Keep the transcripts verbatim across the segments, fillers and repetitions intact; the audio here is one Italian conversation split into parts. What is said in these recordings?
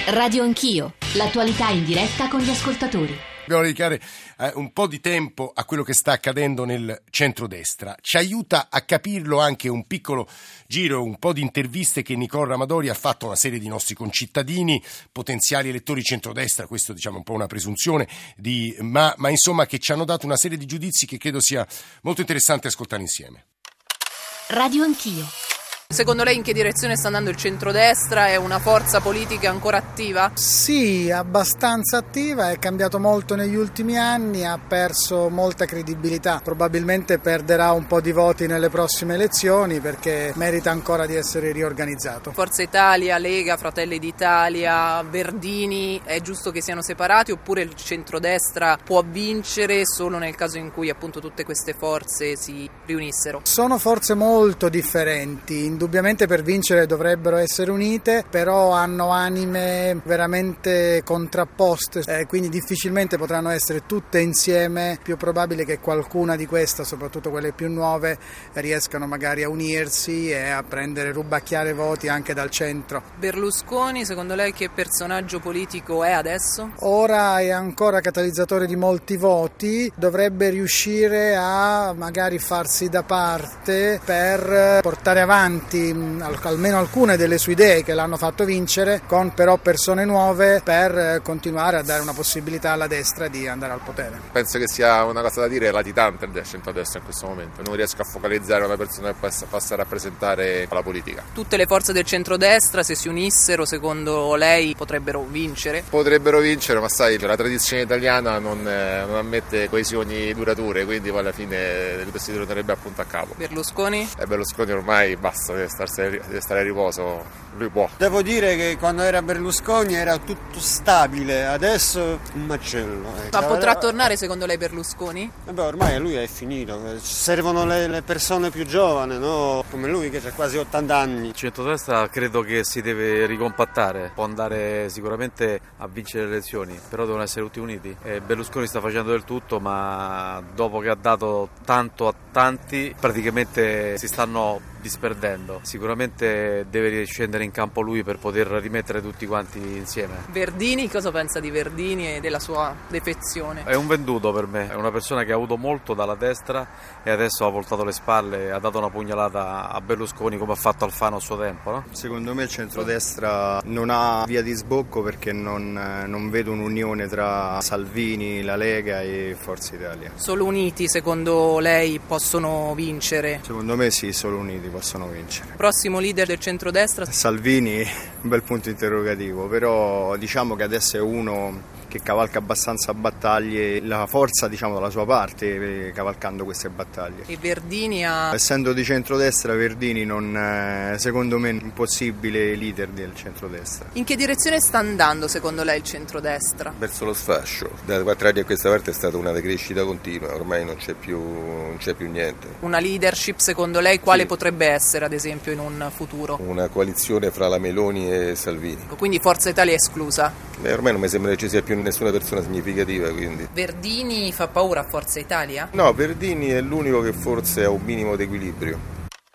Radio Anch'io, l'attualità in diretta con gli ascoltatori. Dobbiamo dedicare eh, un po' di tempo a quello che sta accadendo nel centrodestra. Ci aiuta a capirlo anche un piccolo giro, un po' di interviste che Nicola Ramadori ha fatto a una serie di nostri concittadini, potenziali elettori centrodestra, questo diciamo è un po' una presunzione, di, ma, ma insomma che ci hanno dato una serie di giudizi che credo sia molto interessante ascoltare insieme. Radio Anch'io. Secondo lei in che direzione sta andando il centrodestra? È una forza politica ancora attiva? Sì, abbastanza attiva, è cambiato molto negli ultimi anni, ha perso molta credibilità, probabilmente perderà un po' di voti nelle prossime elezioni perché merita ancora di essere riorganizzato. Forza Italia, Lega, Fratelli d'Italia, Verdini, è giusto che siano separati oppure il centrodestra può vincere solo nel caso in cui appunto tutte queste forze si riunissero? Sono forze molto differenti. Indubbiamente per vincere dovrebbero essere unite, però hanno anime veramente contrapposte, eh, quindi difficilmente potranno essere tutte insieme. Più probabile che qualcuna di queste, soprattutto quelle più nuove, riescano magari a unirsi e a prendere, rubacchiare voti anche dal centro. Berlusconi, secondo lei che personaggio politico è adesso? Ora è ancora catalizzatore di molti voti, dovrebbe riuscire a magari farsi da parte per portare avanti almeno alcune delle sue idee che l'hanno fatto vincere, con però persone nuove per continuare a dare una possibilità alla destra di andare al potere. Penso che sia una cosa da dire latitante del centrodestra in questo momento. Non riesco a focalizzare una persona che possa, possa rappresentare la politica. Tutte le forze del centrodestra, se si unissero, secondo lei potrebbero vincere? Potrebbero vincere, ma sai, la tradizione italiana non, eh, non ammette coesioni durature, quindi poi alla fine si tornerebbe appunto a capo. Berlusconi? E Berlusconi ormai basta. Deve stare, deve stare a riposo, lui può. Devo dire che quando era Berlusconi era tutto stabile, adesso un macello. Eh. Ma potrà tornare secondo lei Berlusconi? Eh beh, ormai lui è finito, servono le, le persone più giovani, no? Come lui che ha quasi ottanta anni. Il centrodestra credo che si deve ricompattare, può andare sicuramente a vincere le elezioni, però devono essere tutti uniti. E Berlusconi sta facendo del tutto, ma dopo che ha dato tanto a tanti, praticamente si stanno disperdendo. Sicuramente deve riscendere in campo lui per poter rimettere tutti quanti insieme. Verdini, cosa pensa di Verdini e della sua defezione? È un venduto per me, è una persona che ha avuto molto dalla destra e adesso ha voltato le spalle e ha dato una pugnalata a Berlusconi come ha fatto Alfano a suo tempo, no? Secondo me il centrodestra non ha via di sbocco perché non, non vedo un'unione tra Salvini, la Lega e Forza Italia. Solo uniti secondo lei possono vincere? Secondo me sì, solo uniti possono vincere. Prossimo leader del centrodestra? Salvini, un bel punto interrogativo, però diciamo che adesso è uno che cavalca abbastanza battaglie, la forza diciamo dalla sua parte cavalcando queste battaglie. E Verdini ha... Essendo di centrodestra, Verdini non, secondo me, un possibile leader del centrodestra. In che direzione sta andando secondo lei il centrodestra? Verso lo sfascio. Da quattro anni a questa parte è stata una decrescita continua, ormai non c'è più, non c'è più niente. Una leadership secondo lei quale sì. potrebbe essere ad esempio in un futuro? Una coalizione fra la Meloni e Salvini. Quindi Forza Italia è esclusa? Beh, ormai non mi sembra che ci sia più nessuna persona significativa, quindi. Verdini fa paura a Forza Italia? No, Verdini è l'unico che forse ha un minimo di equilibrio.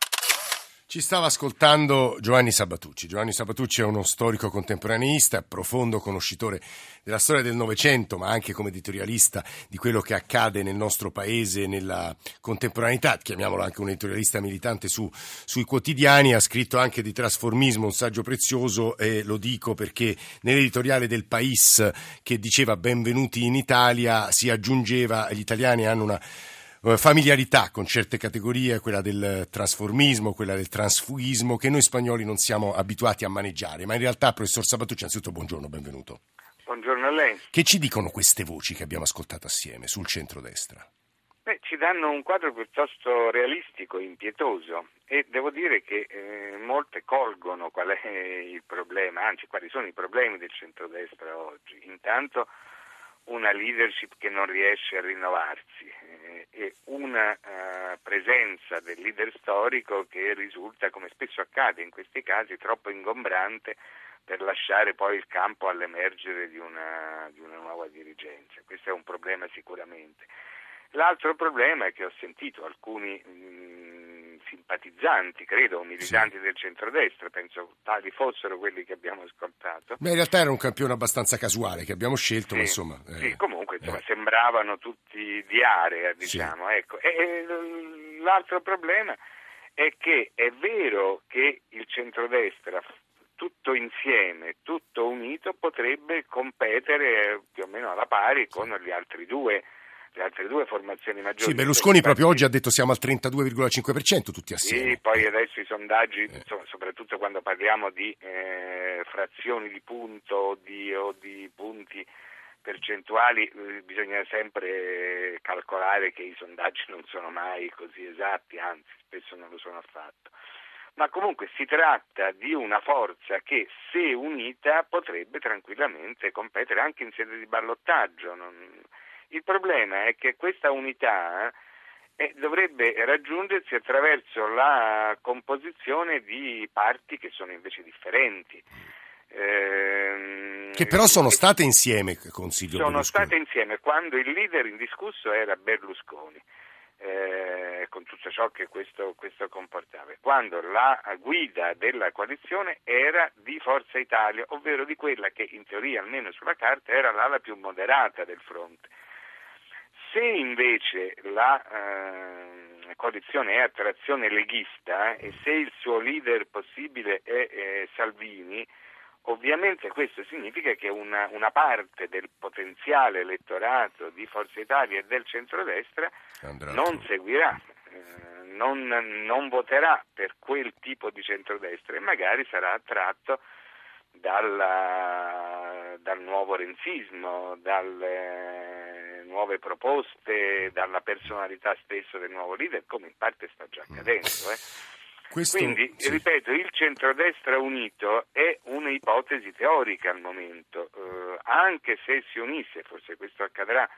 Ci stava ascoltando Giovanni Sabatucci. Giovanni Sabatucci è uno storico contemporaneista, profondo conoscitore della storia del Novecento, ma anche come editorialista di quello che accade nel nostro paese nella contemporaneità. Chiamiamolo anche un editorialista militante su, sui quotidiani. Ha scritto anche di trasformismo, un saggio prezioso, e lo dico perché nell'editoriale del País che diceva benvenuti in Italia si aggiungeva gli italiani hanno una familiarità con certe categorie, quella del trasformismo, quella del transfugismo, che noi spagnoli non siamo abituati a maneggiare. Ma in realtà, professor Sabatucci, anzitutto buongiorno, benvenuto. Buongiorno a lei. Che ci dicono queste voci che abbiamo ascoltato assieme sul centrodestra? Beh, ci danno un quadro piuttosto realistico, impietoso, e devo dire che eh, molte colgono qual è il problema, anzi quali sono i problemi del centrodestra oggi. Intanto una leadership che non riesce a rinnovarsi eh, e una uh, presenza del leader storico che risulta, come spesso accade in questi casi, troppo ingombrante per lasciare poi il campo all'emergere di una, di una nuova dirigenza. Questo è un problema sicuramente. L'altro problema è che ho sentito alcuni mh, simpatizzanti, credo, militanti sì. del centrodestra, penso tali fossero quelli che abbiamo ascoltato. Beh, in realtà era un campione abbastanza casuale che abbiamo scelto, sì, ma insomma... Eh, sì, comunque insomma, eh. sembravano tutti di area, diciamo. Sì. Ecco. E, e l'altro problema è che è vero che il centrodestra tutto insieme, tutto unito, potrebbe competere più o meno alla pari con gli altri due, le altre due formazioni maggiori. Sì, Berlusconi proprio oggi ha detto siamo al trentadue virgola cinque per cento tutti assieme. Sì, poi adesso i sondaggi, eh. insomma, soprattutto quando parliamo di eh, frazioni di punto o di, o di punti percentuali, eh, bisogna sempre calcolare che i sondaggi non sono mai così esatti, anzi spesso non lo sono affatto. Ma comunque si tratta di una forza che, se unita, potrebbe tranquillamente competere anche in sede di ballottaggio. Non... Il problema è che questa unità eh, dovrebbe raggiungersi attraverso la composizione di parti che sono invece differenti. Eh, che però sono state insieme con Silvio sono Berlusconi. state insieme quando il leader indiscusso era Berlusconi. Eh, con tutto ciò che questo, questo comportava, quando la guida della coalizione era di Forza Italia, ovvero di quella che in teoria, almeno sulla carta, era l'ala più moderata del fronte. Se invece la eh, coalizione è a trazione leghista eh, e se il suo leader possibile è eh, Salvini, ovviamente questo significa che una, una parte del potenziale elettorato di Forza Italia e del centrodestra Andrà non seguirà, eh, non, non voterà per quel tipo di centrodestra e magari sarà attratto dalla, dal nuovo renzismo, dalle nuove proposte, dalla personalità stessa del nuovo leader, come in parte sta già accadendo. Eh. Questo, Quindi, sì. ripeto, il centrodestra unito è un'ipotesi teorica al momento, eh, anche se si unisse, forse questo accadrà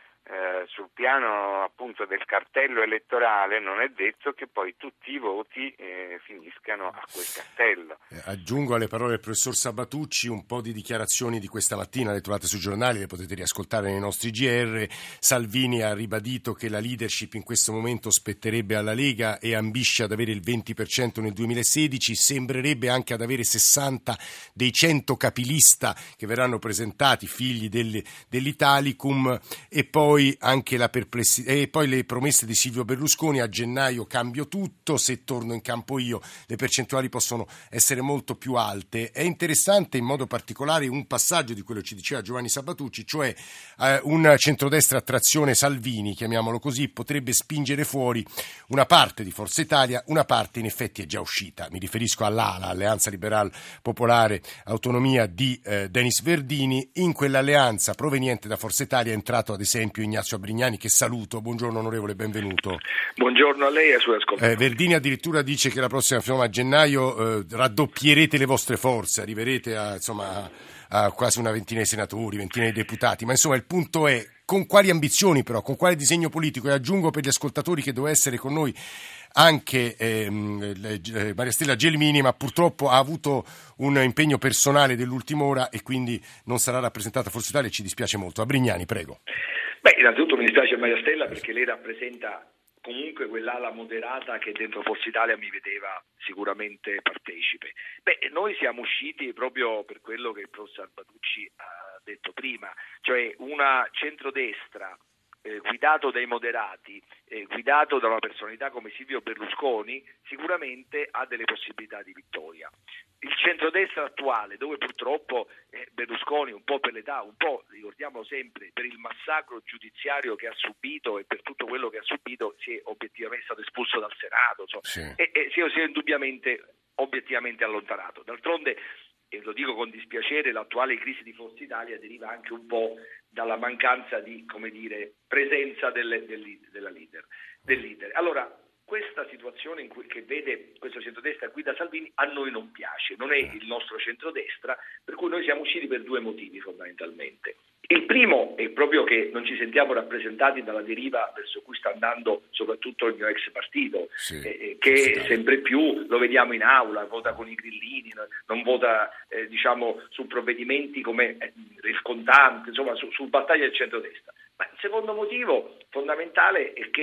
eh, sul piano appunto del cartello elettorale, non è detto che poi tutti i voti eh, finiscano a quel cartello. Eh, aggiungo alle parole del professor Sabatucci un po' di dichiarazioni di questa mattina, le trovate sui giornali, le potete riascoltare nei nostri G R. Salvini ha ribadito che la leadership in questo momento spetterebbe alla Lega e ambisce ad avere il venti per cento nel duemilasedici, sembrerebbe anche ad avere sessanta dei cento capilista che verranno presentati, figli del, dell'Italicum, e poi anche la perplessità e poi le promesse di Silvio Berlusconi: a gennaio cambio tutto, se torno in campo io le percentuali possono essere molto più alte. È interessante in modo particolare un passaggio di quello che ci diceva Giovanni Sabatucci, cioè eh, un centrodestra a trazione Salvini, chiamiamolo così, potrebbe spingere fuori una parte di Forza Italia, una parte in effetti è già uscita, mi riferisco all'ALA, Alleanza Liberal Popolare Autonomia di eh, Denis Verdini. In quell'alleanza proveniente da Forza Italia è entrato ad esempio Ignazio Abrignani, che saluto. Buongiorno onorevole, benvenuto. Buongiorno a lei e ai suoi ascoltatori. Eh, Verdini addirittura dice che la prossima fino a gennaio eh, raddoppierete le vostre forze, arriverete a, insomma, a, a quasi una ventina di senatori, ventina di deputati, ma insomma il punto è con quali ambizioni però, con quale disegno politico. E aggiungo per gli ascoltatori che doveva essere con noi anche ehm, eh, Maria Stella Gelmini, ma purtroppo ha avuto un impegno personale dell'ultima ora e quindi non sarà rappresentata Forza Italia e ci dispiace molto. Abrignani, prego. Beh, innanzitutto mi dispiace Maria Stella perché lei rappresenta comunque quell'ala moderata che dentro Forza Italia mi vedeva sicuramente partecipe. Beh, noi siamo usciti proprio per quello che il professor Sabatucci ha detto prima, cioè una centrodestra eh, guidato dai moderati, eh, guidato da una personalità come Silvio Berlusconi, sicuramente ha delle possibilità di vittoria. Il centrodestra attuale, dove purtroppo eh, Berlusconi, un po' per l'età, un po', ricordiamolo sempre, per il massacro giudiziario che ha subito e per tutto quello che ha subito, si è obiettivamente stato espulso dal Senato, insomma, sì. e, e si, è, si è indubbiamente obiettivamente allontanato. D'altronde, e lo dico con dispiacere, l'attuale crisi di Forza Italia deriva anche un po' dalla mancanza di, come dire, presenza delle, del, della leader, del leader. Allora, questa situazione in cui, che vede questo centrodestra guida Salvini a noi non piace, non è il nostro centrodestra, per cui noi siamo usciti per due motivi fondamentalmente. Il primo è proprio che non ci sentiamo rappresentati dalla deriva verso cui sta andando soprattutto il mio ex partito, sì, eh, che sì, sempre più lo vediamo in aula, vota con i grillini, non vota eh, diciamo su provvedimenti come eh, il contante, insomma su, su battaglia del centrodestra. Ma il secondo motivo fondamentale è che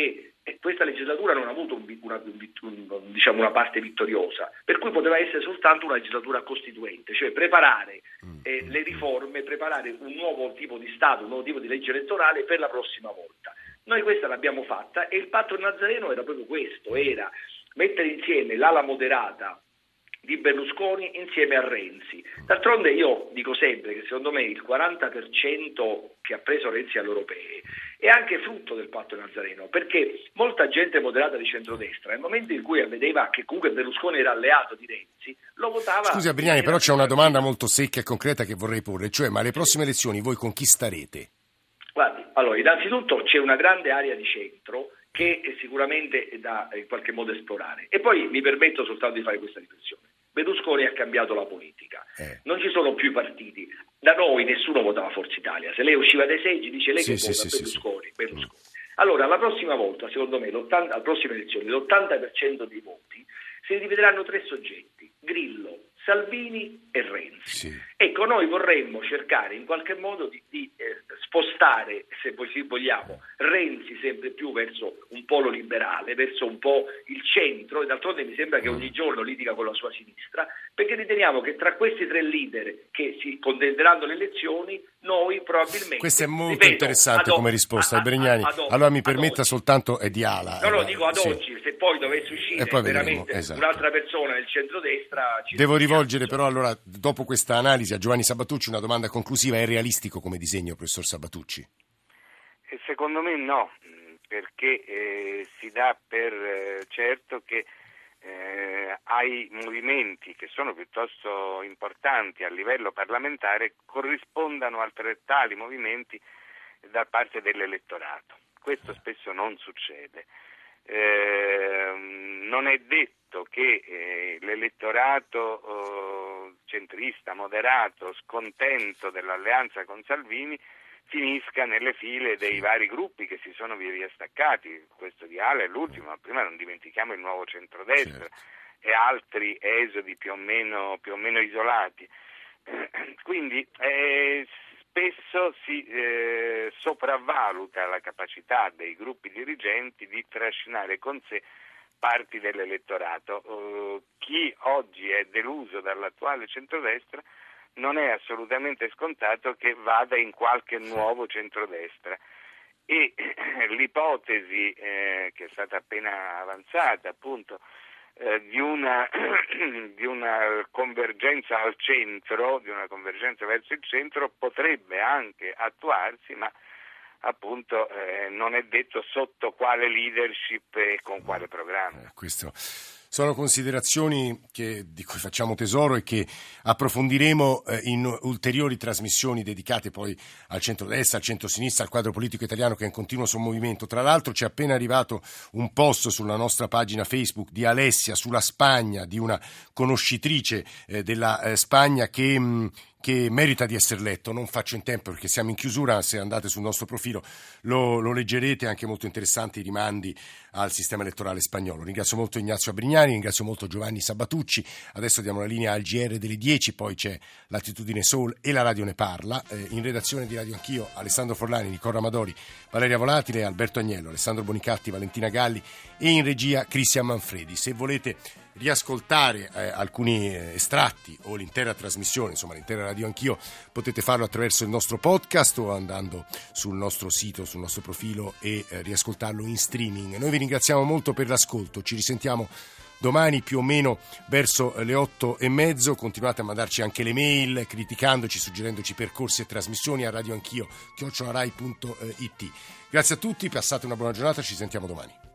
E questa legislatura non ha avuto un, una, un, diciamo una parte vittoriosa, per cui poteva essere soltanto una legislatura costituente, cioè preparare eh, le riforme, preparare un nuovo tipo di Stato, un nuovo tipo di legge elettorale per la prossima volta. Noi questa l'abbiamo fatta e il patto Nazareno era proprio questo, era mettere insieme l'ala moderata di Berlusconi insieme a Renzi. D'altronde io dico sempre che secondo me il quaranta per cento che ha preso Renzi alle europee è anche frutto del patto Nazareno, perché molta gente moderata di centrodestra nel momento in cui vedeva che comunque Berlusconi era alleato di Renzi lo votava. Scusi Abrignani, però c'è una domanda molto secca e concreta che vorrei porre, cioè ma alle prossime elezioni voi con chi starete? Guardi, allora innanzitutto c'è una grande area di centro che sicuramente è da in qualche modo esplorare, e poi mi permetto soltanto di fare questa riflessione. Berlusconi ha cambiato la politica, eh. non ci sono più i partiti, da noi nessuno votava Forza Italia, se lei usciva dai seggi dice lei sì, che sì, vota sì, Berlusconi, sì, Berlusconi. Sì. Allora la prossima volta, secondo me, alle prossime elezioni l'ottanta per cento dei voti si divideranno tre soggetti, Grillo, Salvini e Renzi. Sì. Ecco, noi vorremmo cercare in qualche modo di, di eh, spostare, se vogliamo, Renzi sempre più verso un polo liberale, verso un po' il centro, e d'altronde mi sembra che ogni giorno litiga con la sua sinistra, perché riteniamo che tra questi tre leader che si contenderanno le elezioni, noi probabilmente... Questo è molto ripeto, interessante come risposta, Abrignani. Allora mi permetta soltanto, è di ala. No, no, dico ad sì. oggi, se poi dovesse uscire veramente vedremo, esatto. un'altra persona nel centrodestra... Ci Devo rivolgere però allora, dopo questa analisi, a Giovanni Sabatucci una domanda conclusiva. È realistico come disegno, professor Sabatucci? E secondo me no, perché eh, si dà per eh, certo che eh, ai movimenti che sono piuttosto importanti a livello parlamentare corrispondano altrettali movimenti da parte dell'elettorato. Questo spesso non succede. Eh, non è detto che eh, l'elettorato eh, centrista, moderato, scontento dell'alleanza con Salvini finisca nelle file dei vari gruppi che si sono via via staccati. Questo di Ala è l'ultimo, ma prima non dimentichiamo il nuovo centrodestra, certo, e altri esodi più o meno, più o meno isolati. Quindi eh, spesso si eh, sopravvaluta la capacità dei gruppi dirigenti di trascinare con sé parti dell'elettorato. Uh, chi oggi è deluso dall'attuale centrodestra non è assolutamente scontato che vada in qualche nuovo centrodestra, e l'ipotesi eh, che è stata appena avanzata, appunto, eh, di una di una convergenza al centro, di una convergenza verso il centro, potrebbe anche attuarsi, ma appunto eh, non è detto sotto quale leadership e con quale programma. Eh, questo sono considerazioni che, di cui facciamo tesoro e che approfondiremo eh, in ulteriori trasmissioni dedicate poi al centrodestra, al centrosinistra, al quadro politico italiano che è in continuo sommovimento. Tra l'altro ci è appena arrivato un post sulla nostra pagina Facebook di Alessia sulla Spagna, di una conoscitrice eh, della eh, Spagna che... Mh, che merita di essere letto. Non faccio in tempo perché siamo in chiusura, se andate sul nostro profilo lo, lo leggerete, anche molto interessanti i rimandi al sistema elettorale spagnolo. Ringrazio molto Ignazio Abrignani, ringrazio molto Giovanni Sabatucci. Adesso diamo la linea al G R delle dieci, poi c'è Latitudine Soul e la radio ne parla. Eh, in redazione di Radio Anch'io Alessandro Forlani, Nicola Amadori, Valeria Volatile, Alberto Agnello, Alessandro Bonicatti, Valentina Galli e in regia Cristian Manfredi. Se volete riascoltare eh, alcuni eh, estratti o l'intera trasmissione, insomma l'intera Radio Anch'io, potete farlo attraverso il nostro podcast o andando sul nostro sito, sul nostro profilo e eh, riascoltarlo in streaming. Noi vi ringraziamo molto per l'ascolto, ci risentiamo domani più o meno verso le otto e mezzo. Continuate a mandarci anche le mail criticandoci, suggerendoci percorsi e trasmissioni a radioanchio chiocciola rai punto it. Grazie a tutti, passate una buona giornata, ci sentiamo domani.